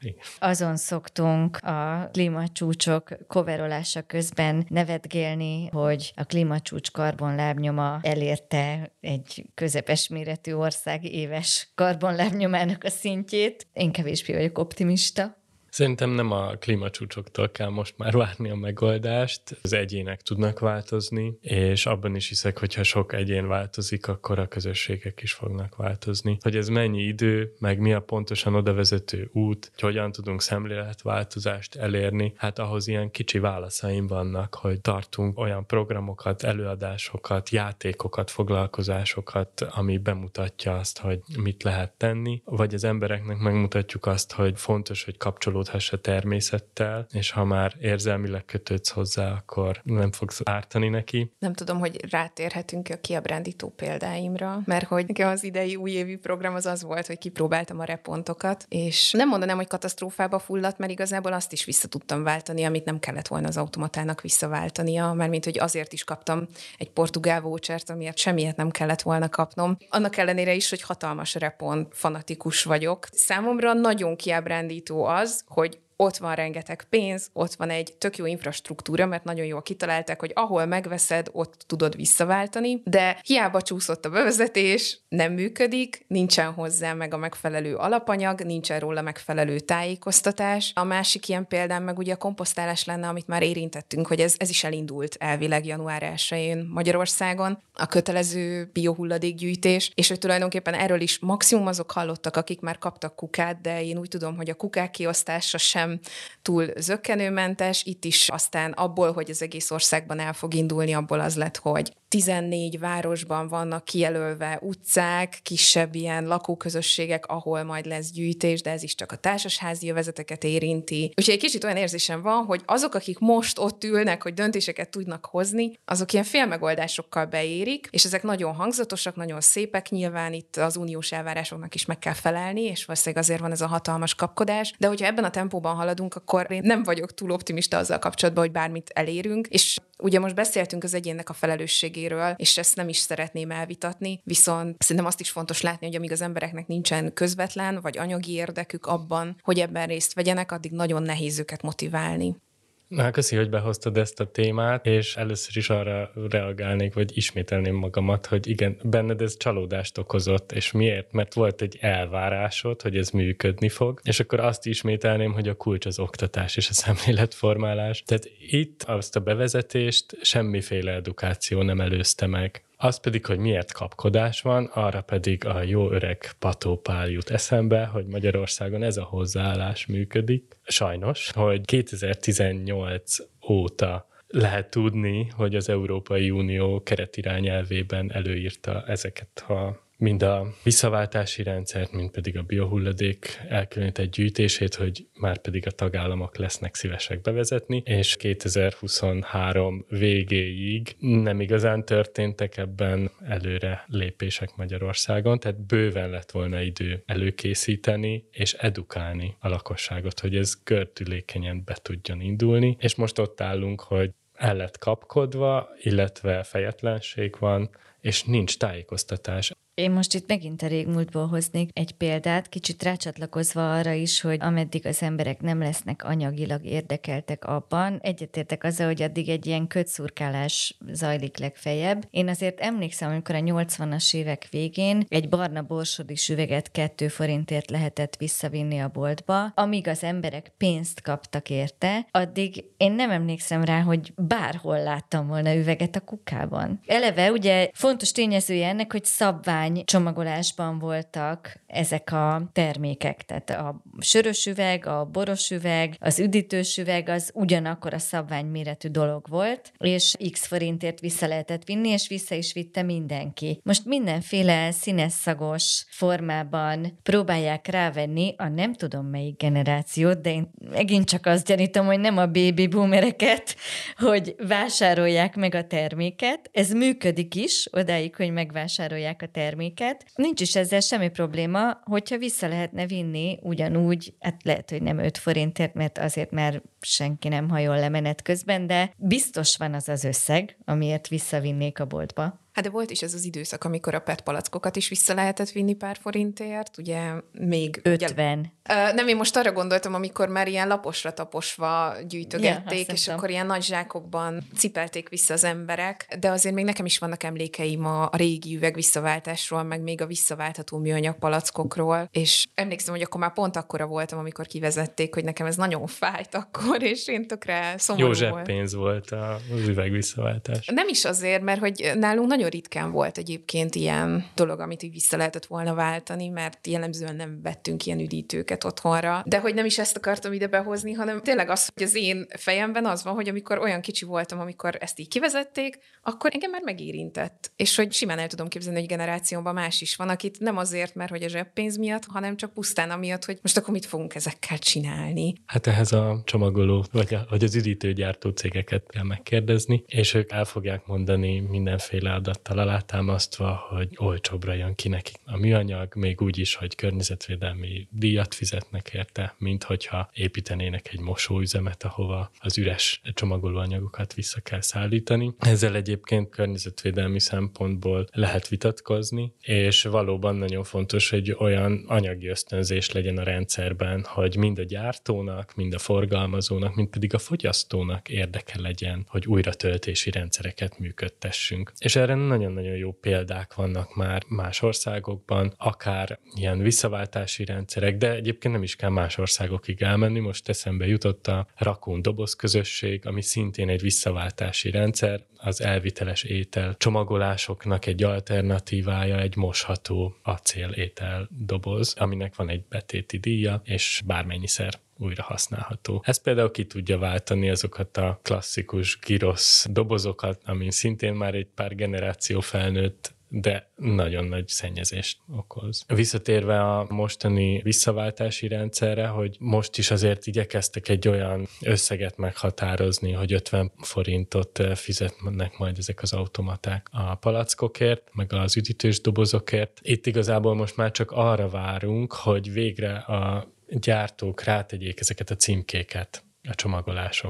azon szoktunk a klímacsúcsok coverolása közben nevetgélni, hogy a klímacsúcs karbonlábnyoma elérte egy közepes méretű ország éves karbonlábnyomának a szintjét. Én kevésbé vagyok optimista. Szerintem nem a klímacsúcsoktól kell most már várni a megoldást. Az egyének tudnak változni, és abban is hiszek, hogyha sok egyén változik, akkor a közösségek is fognak változni. Hogy ez mennyi idő, meg mi a pontosan odavezető út, hogy hogyan tudunk szemléletváltozást elérni, hát ahhoz ilyen kicsi válaszaim vannak, hogy tartunk olyan programokat, előadásokat, játékokat, foglalkozásokat, ami bemutatja azt, hogy mit lehet tenni, vagy az embereknek megmutatjuk azt, hogy fontos, hogy kapcsolódhass a természettel, és ha már érzelmileg kötődsz hozzá, akkor nem fogsz ártani neki. Nem tudom, hogy rátérhetünk a kiábrándító példáimra, mert hogy nekem az idei újévi program az volt, hogy kipróbáltam a repontokat, és nem mondanám, hogy katasztrófába fulladt, mert igazából azt is vissza tudtam váltani, amit nem kellett volna az automatának visszaváltania, mármint, hogy azért is kaptam egy portugál vouchert, amiért semmiért nem kellett volna kapnom. Annak ellenére is, hogy hatalmas repon fanatikus vagyok. Számomra nagyon kiábrándító az, hogy ott van rengeteg pénz, ott van egy tök jó infrastruktúra, mert nagyon jól kitalálták, hogy ahol megveszed, ott tudod visszaváltani, de hiába csúszott a bevezetés, nem működik, nincsen hozzá meg a megfelelő alapanyag, nincsen róla megfelelő tájékoztatás. A másik ilyen példám meg ugye a komposztálás lenne, amit már érintettünk, hogy ez is elindult elvileg január 1-én Magyarországon, a kötelező biohulladékgyűjtés, és hogy tulajdonképpen erről is maximum azok hallottak, akik már kaptak kukát, de én úgy tudom, hogy a kukák kiosztása sem túl zökkenőmentes. Itt is aztán abból, hogy az egész országban el fog indulni, abból az lett, hogy 14 városban vannak kijelölve utcák, kisebb ilyen lakóközösségek, ahol majd lesz gyűjtés, de ez is csak a társasházi jövezeteket érinti. Úgyhogy egy kicsit olyan érzésem van, hogy azok, akik most ott ülnek, hogy döntéseket tudnak hozni, azok ilyen félmegoldásokkal beérik, és ezek nagyon hangzatosak, nagyon szépek, nyilván itt az uniós elvárásoknak is meg kell felelni, és valószínűleg azért van ez a hatalmas kapkodás, de hogyha ebben a tempóban haladunk, akkor én nem vagyok túl optimista azzal kapcsolatban, hogy bármit elérünk, és ugye most beszéltünk az egyénnek a felelősségéről, és ezt nem is szeretném elvitatni, viszont szerintem azt is fontos látni, hogy amíg az embereknek nincsen közvetlen vagy anyagi érdekük abban, hogy ebben részt vegyenek, addig nagyon nehéz őket motiválni. Na, köszi, hogy behoztad ezt a témát, és először is arra reagálnék, vagy ismételném magamat, hogy igen, benned ez csalódást okozott, és miért? Mert volt egy elvárásod, hogy ez működni fog, és akkor azt ismételném, hogy a kulcs az oktatás és a szemléletformálás. Tehát itt azt a bevezetést semmiféle edukáció nem előzte meg. Az pedig, hogy miért kapkodás van, arra pedig a jó öreg Pató Pál jut eszembe, hogy Magyarországon ez a hozzáállás működik. Sajnos, hogy 2018 óta lehet tudni, hogy az Európai Unió keretirányelvében előírta ezeket mind a visszaváltási rendszert, mind pedig a biohulladék elkülönített gyűjtését, hogy már pedig a tagállamok lesznek szívesek bevezetni, és 2023 végéig nem igazán történtek ebben előre lépések Magyarországon, tehát bőven lett volna idő előkészíteni és edukálni a lakosságot, hogy ez gördülékenyen be tudjon indulni, és most ott állunk, hogy el lett kapkodva, illetve fejetlenség van, és nincs tájékoztatás. Én most itt megint a régmúltból hoznék egy példát, kicsit rácsatlakozva arra is, hogy ameddig az emberek nem lesznek anyagilag érdekeltek abban, egyetértek azzal, hogy addig egy ilyen kötszurkálás zajlik legfeljebb. Én azért emlékszem, amikor a 80-as évek végén egy barna borsodis üveget 2 forintért lehetett visszavinni a boltba, amíg az emberek pénzt kaptak érte, addig én nem emlékszem rá, hogy bárhol láttam volna üveget a kukában. Eleve ugye fontos tényezője ennek, hogy szabvány csomagolásban voltak ezek a termékek. Tehát a sörös üveg, a boros üveg, az üdítős üveg az ugyanakkor a szabványméretű dolog volt, és x forintért vissza lehetett vinni, és vissza is vitte mindenki. Most mindenféle színesszagos formában próbálják rávenni a nem tudom melyik generációt, de én megint csak azt gyanítom, hogy nem a baby boomereket, hogy vásárolják meg a terméket. Ez működik is, odáig, hogy megvásárolják a terméket. Nincs is ezzel semmi probléma, hogyha vissza lehetne vinni ugyanúgy, hát lehet, hogy nem 5 forintért, mert azért már senki nem hajol le menet közben, de biztos van az az összeg, amiért visszavinnék a boltba. Hát de volt is ez az időszak, amikor a PET palackokat is vissza lehetett vinni pár forintért, ugye még... 50. Ugye, nem, én most arra gondoltam, amikor már ilyen laposra taposva gyűjtögették, és akkor ilyen nagy zsákokban cipelték vissza az emberek, de azért még nekem is vannak emlékeim a régi üveg visszaváltásról, meg még a visszaváltható műanyag palackokról, és emlékszem, hogy akkor már pont akkora voltam, amikor kivezették, hogy nekem ez nagyon fájt akkor, és én tökre szomorú Jó zseppénz volt az üveg visszaváltás. Nem is azért, mert hogy nálunk nagyon ritkán volt egyébként ilyen dolog, amit így vissza lehetett volna váltani, mert jellemzően nem vettünk ilyen üdítőket otthonra. De hogy nem is ezt akartam ide behozni, hanem tényleg az, hogy az én fejemben az van, hogy amikor olyan kicsi voltam, amikor ezt így kivezették, akkor engem már megérintett. És hogy simán el tudom képzelni, hogy generációmban más is van, akit nem azért, mert hogy a zseppénz miatt, hanem csak pusztán amiatt, hogy most akkor mit fogunk ezekkel csinálni. Hát ehhez a csomagoló, vagy az üdítőgyártó cégeket kell megkérdezni, és ők el fogják mondani mindenféle adattal alátámasztva, hogy olcsóbbra jön ki nekik a műanyag, még úgy is, hogy környezetvédelmi díjat fizetnek érte, mint hogyha építenének egy mosóüzemet, ahova az üres csomagolóanyagokat vissza kell szállítani. Ezzel egyébként környezetvédelmi szempontból lehet vitatkozni, és valóban nagyon fontos, hogy olyan anyagi ösztönzés legyen a rendszerben, hogy mind a gyártónak, mind a forgalmazónak, mind pedig a fogyasztónak érdeke legyen, hogy újratöltési rendszereket működtessünk. És erre nagyon-nagyon jó példák vannak már más országokban, akár ilyen visszaváltási rendszerek, de egyébként nem is kell más országokig elmenni. Most eszembe jutott a Rakún doboz közösség, ami szintén egy visszaváltási rendszer, az elviteles étel csomagolásoknak egy alternatívája, egy mosható acél étel doboz, aminek van egy betéti díja, és bármennyiszer újra használható. Ez például ki tudja váltani azokat a klasszikus gyrosz dobozokat, amin szintén már egy pár generáció felnőtt, de nagyon nagy szennyezést okoz. Visszatérve a mostani visszaváltási rendszerre, hogy most is azért igyekeztek egy olyan összeget meghatározni, hogy 50 forintot fizetnek majd ezek az automaták a palackokért, meg az üdítős dobozokért. Itt igazából most már csak arra várunk, hogy végre a gyártók rátegyék ezeket a címkéket a csomagolásokra.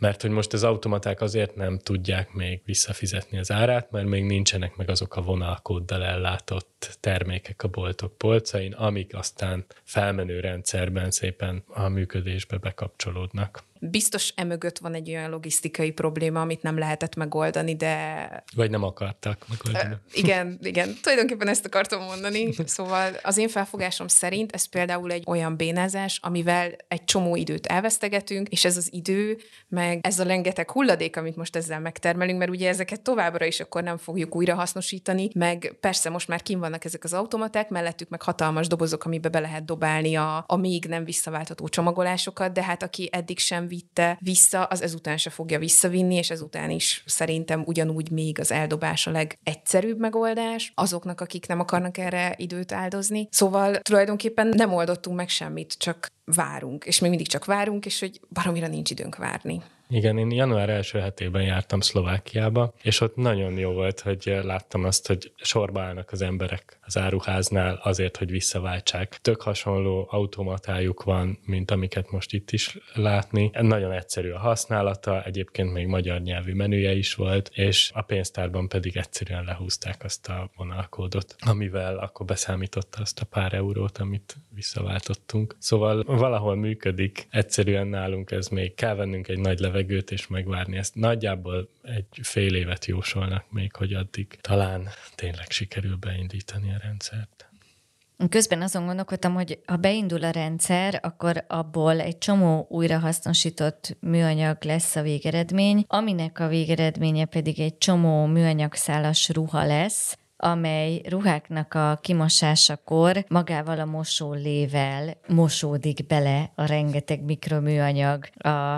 mert hogy most az automaták azért nem tudják még visszafizetni az árát, mert még nincsenek meg azok a vonalkóddal ellátott termékek a boltok polcain, amik aztán felmenő rendszerben szépen a működésbe bekapcsolódnak. Biztos emögött van egy olyan logisztikai probléma, amit nem lehetett megoldani, de... Vagy nem akartak megoldani. Igen, tulajdonképpen ezt akartam mondani. Szóval az én felfogásom szerint ez például egy olyan bénázás, amivel egy csomó időt elvesztegetünk, és ez az idő, meg ez a rengeteg hulladék, amit most ezzel megtermelünk, mert ugye ezeket továbbra is akkor nem fogjuk újra hasznosítani, meg persze most már kint vannak ezek az automaták, mellettük meg hatalmas dobozok, amibe be lehet dobálni a még nem visszaváltható csomagolásokat, de hát aki eddig sem vitte vissza, az ezután se fogja visszavinni, és ezután is szerintem ugyanúgy még az eldobás a legegyszerűbb megoldás azoknak, akik nem akarnak erre időt áldozni. Szóval tulajdonképpen nem oldottunk meg semmit, csak várunk, és még mindig csak várunk, és hogy baromira nincs időnk várni. Igen, én január első hetében jártam Szlovákiába, és ott nagyon jó volt, hogy láttam azt, hogy sorba állnak az emberek az áruháznál azért, hogy visszaváltsák. Tök hasonló automatájuk van, mint amiket most itt is látni. Nagyon egyszerű a használata, egyébként még magyar nyelvű menüje is volt, és a pénztárban pedig egyszerűen lehúzták azt a vonalkódot, amivel akkor beszámította azt a pár eurót, amit visszaváltottunk. Szóval valahol működik, egyszerűen nálunk ez még kell vennünk egy nagy levegőt és megvárni ezt. Nagyjából egy fél évet jósolnak még, hogy addig talán tényleg sikerül beindítani a rendszert. Közben azon gondolkodtam, hogy ha beindul a rendszer, akkor abból egy csomó újrahasznosított műanyag lesz a végeredmény, aminek a végeredménye pedig egy csomó műanyagszálas ruha lesz, amely ruháknak a kimosásakor magával a mosólével mosódik bele a rengeteg mikroműanyag a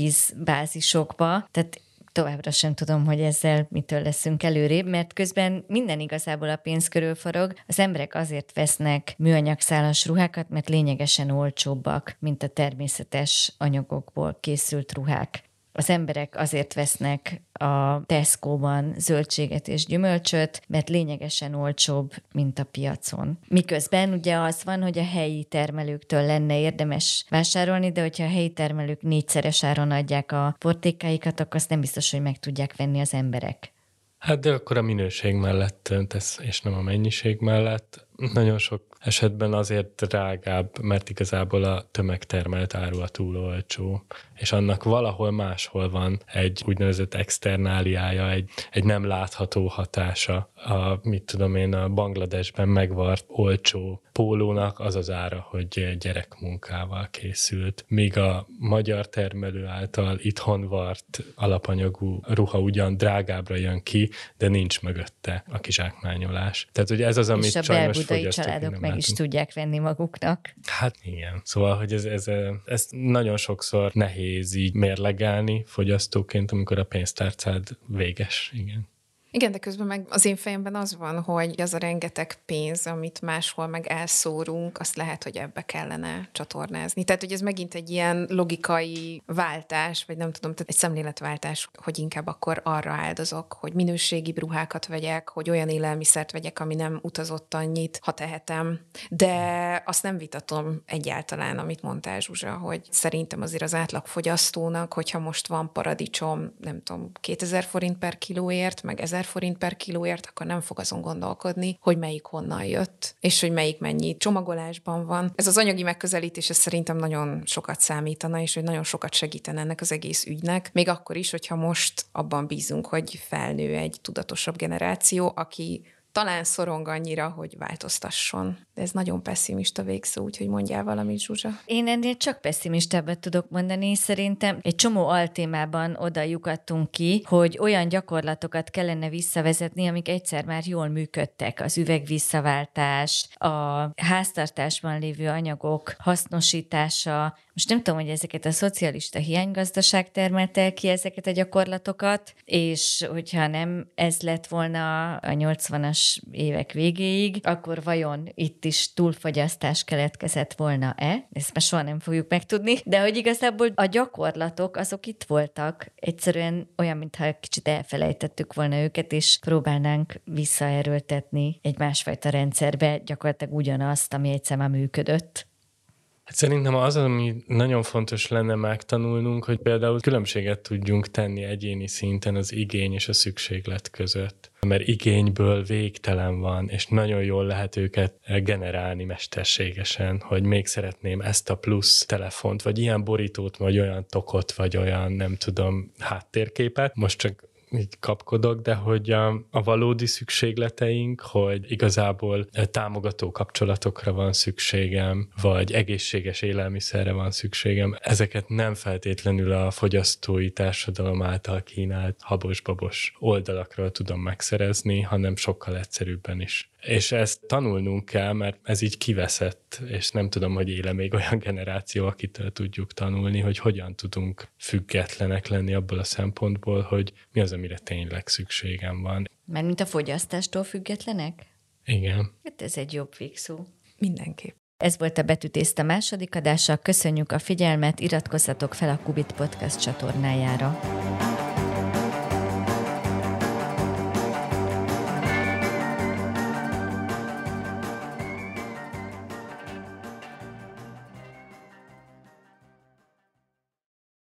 vízbázisokba. Tehát továbbra sem tudom, hogy ezzel mitől leszünk előrébb, mert közben minden igazából a pénz körül forog. Az emberek azért vesznek műanyagszálas ruhákat, mert lényegesen olcsóbbak, mint a természetes anyagokból készült ruhák. Az emberek azért vesznek a Tesco-ban zöldséget és gyümölcsöt, mert lényegesen olcsóbb, mint a piacon. Miközben ugye az van, hogy a helyi termelőktől lenne érdemes vásárolni, de hogyha a helyi termelők 4-szeres áron adják a portékáikat, akkor azt nem biztos, hogy meg tudják venni az emberek. Hát de akkor a minőség mellett tesz, és nem a mennyiség mellett. Nagyon sok esetben azért drágább, mert igazából a tömegtermelt áru a túl olcsó, és annak valahol máshol van egy úgynevezett externáliája, egy nem látható hatása. A Bangladesben megvart olcsó pólónak az az ára, hogy gyerekmunkával készült, míg a magyar termelő által itthon vart alapanyagú ruha ugyan drágábbra jön ki, de nincs mögötte a kizsákmányolás. Tehát ugye ez az, amit sajnos belbudai családok meg is tudják venni maguknak. Hát igen. Szóval, hogy ez nagyon sokszor nehéz így mérlegelni fogyasztóként, amikor a pénztárcád véges. Igen. Igen, de közben meg az én fejemben az van, hogy az a rengeteg pénz, amit máshol meg elszórunk, azt lehet, hogy ebbe kellene csatornázni. Tehát, hogy ez megint egy ilyen logikai váltás, vagy nem tudom, tehát egy szemléletváltás, hogy inkább akkor arra áldozok, hogy minőségi ruhákat vegyek, hogy olyan élelmiszert vegyek, ami nem utazott annyit, ha tehetem. De azt nem vitatom egyáltalán, amit mondtál, Zsuzsa, hogy szerintem azért az átlagfogyasztónak, hogyha most van paradicsom, nem tudom, 2000 forint per kilóért, meg 1000 forint per kilóért, akkor nem fog azon gondolkodni, hogy melyik honnan jött, és hogy melyik mennyi csomagolásban van. Ez az anyagi megközelítés, ez szerintem nagyon sokat számítana, és hogy nagyon sokat segítene ennek az egész ügynek, még akkor is, hogyha most abban bízunk, hogy felnő egy tudatosabb generáció, aki talán szorong annyira, hogy változtasson. De ez nagyon pessimista végszó, úgyhogy mondjál valamit, Zsuzsa. Én ennél csak pessimistábbat tudok mondani. Szerintem egy csomó altémában oda lyukadtunk ki, hogy olyan gyakorlatokat kellene visszavezetni, amik egyszer már jól működtek. Az üvegvisszaváltás, a háztartásban lévő anyagok hasznosítása. Most nem tudom, hogy ezeket a szocialista hiánygazdaság termelte ki ezeket a gyakorlatokat, és hogyha nem ez lett volna a 80-as évek végéig, akkor vajon itt is túlfogyasztás keletkezett volna-e? Ezt már soha nem fogjuk megtudni, de hogy igazából a gyakorlatok azok itt voltak, egyszerűen olyan, mintha kicsit elfelejtettük volna őket, és próbálnánk visszaerőltetni egy másfajta rendszerbe gyakorlatilag ugyanazt, ami egyszer már működött. Hát szerintem az, ami nagyon fontos lenne megtanulnunk, hogy például különbséget tudjunk tenni egyéni szinten az igény és a szükséglet között. Mert igényből végtelen van, és nagyon jól lehet őket generálni mesterségesen, hogy még szeretném ezt a plusz telefont, vagy ilyen borítót, vagy olyan tokot, vagy olyan, nem tudom, háttérképet. Most csak így kapkodok, de hogy a valódi szükségleteink, hogy igazából támogató kapcsolatokra van szükségem, vagy egészséges élelmiszerre van szükségem, ezeket nem feltétlenül a fogyasztói társadalom által kínált habos-babos oldalakról tudom megszerezni, hanem sokkal egyszerűbben is. És ezt tanulnunk kell, mert ez így kiveszett, és nem tudom, hogy éle még olyan generáció, akitől tudjuk tanulni, hogy hogyan tudunk függetlenek lenni abból a szempontból, hogy mi az, amire tényleg szükségem van. Mert mint a fogyasztástól függetlenek? Igen. Hát ez egy jobb végszó. Mindenképp. Ez volt a Betűtészta második adása. Köszönjük a figyelmet, iratkozzatok fel a Qubit Podcast csatornájára.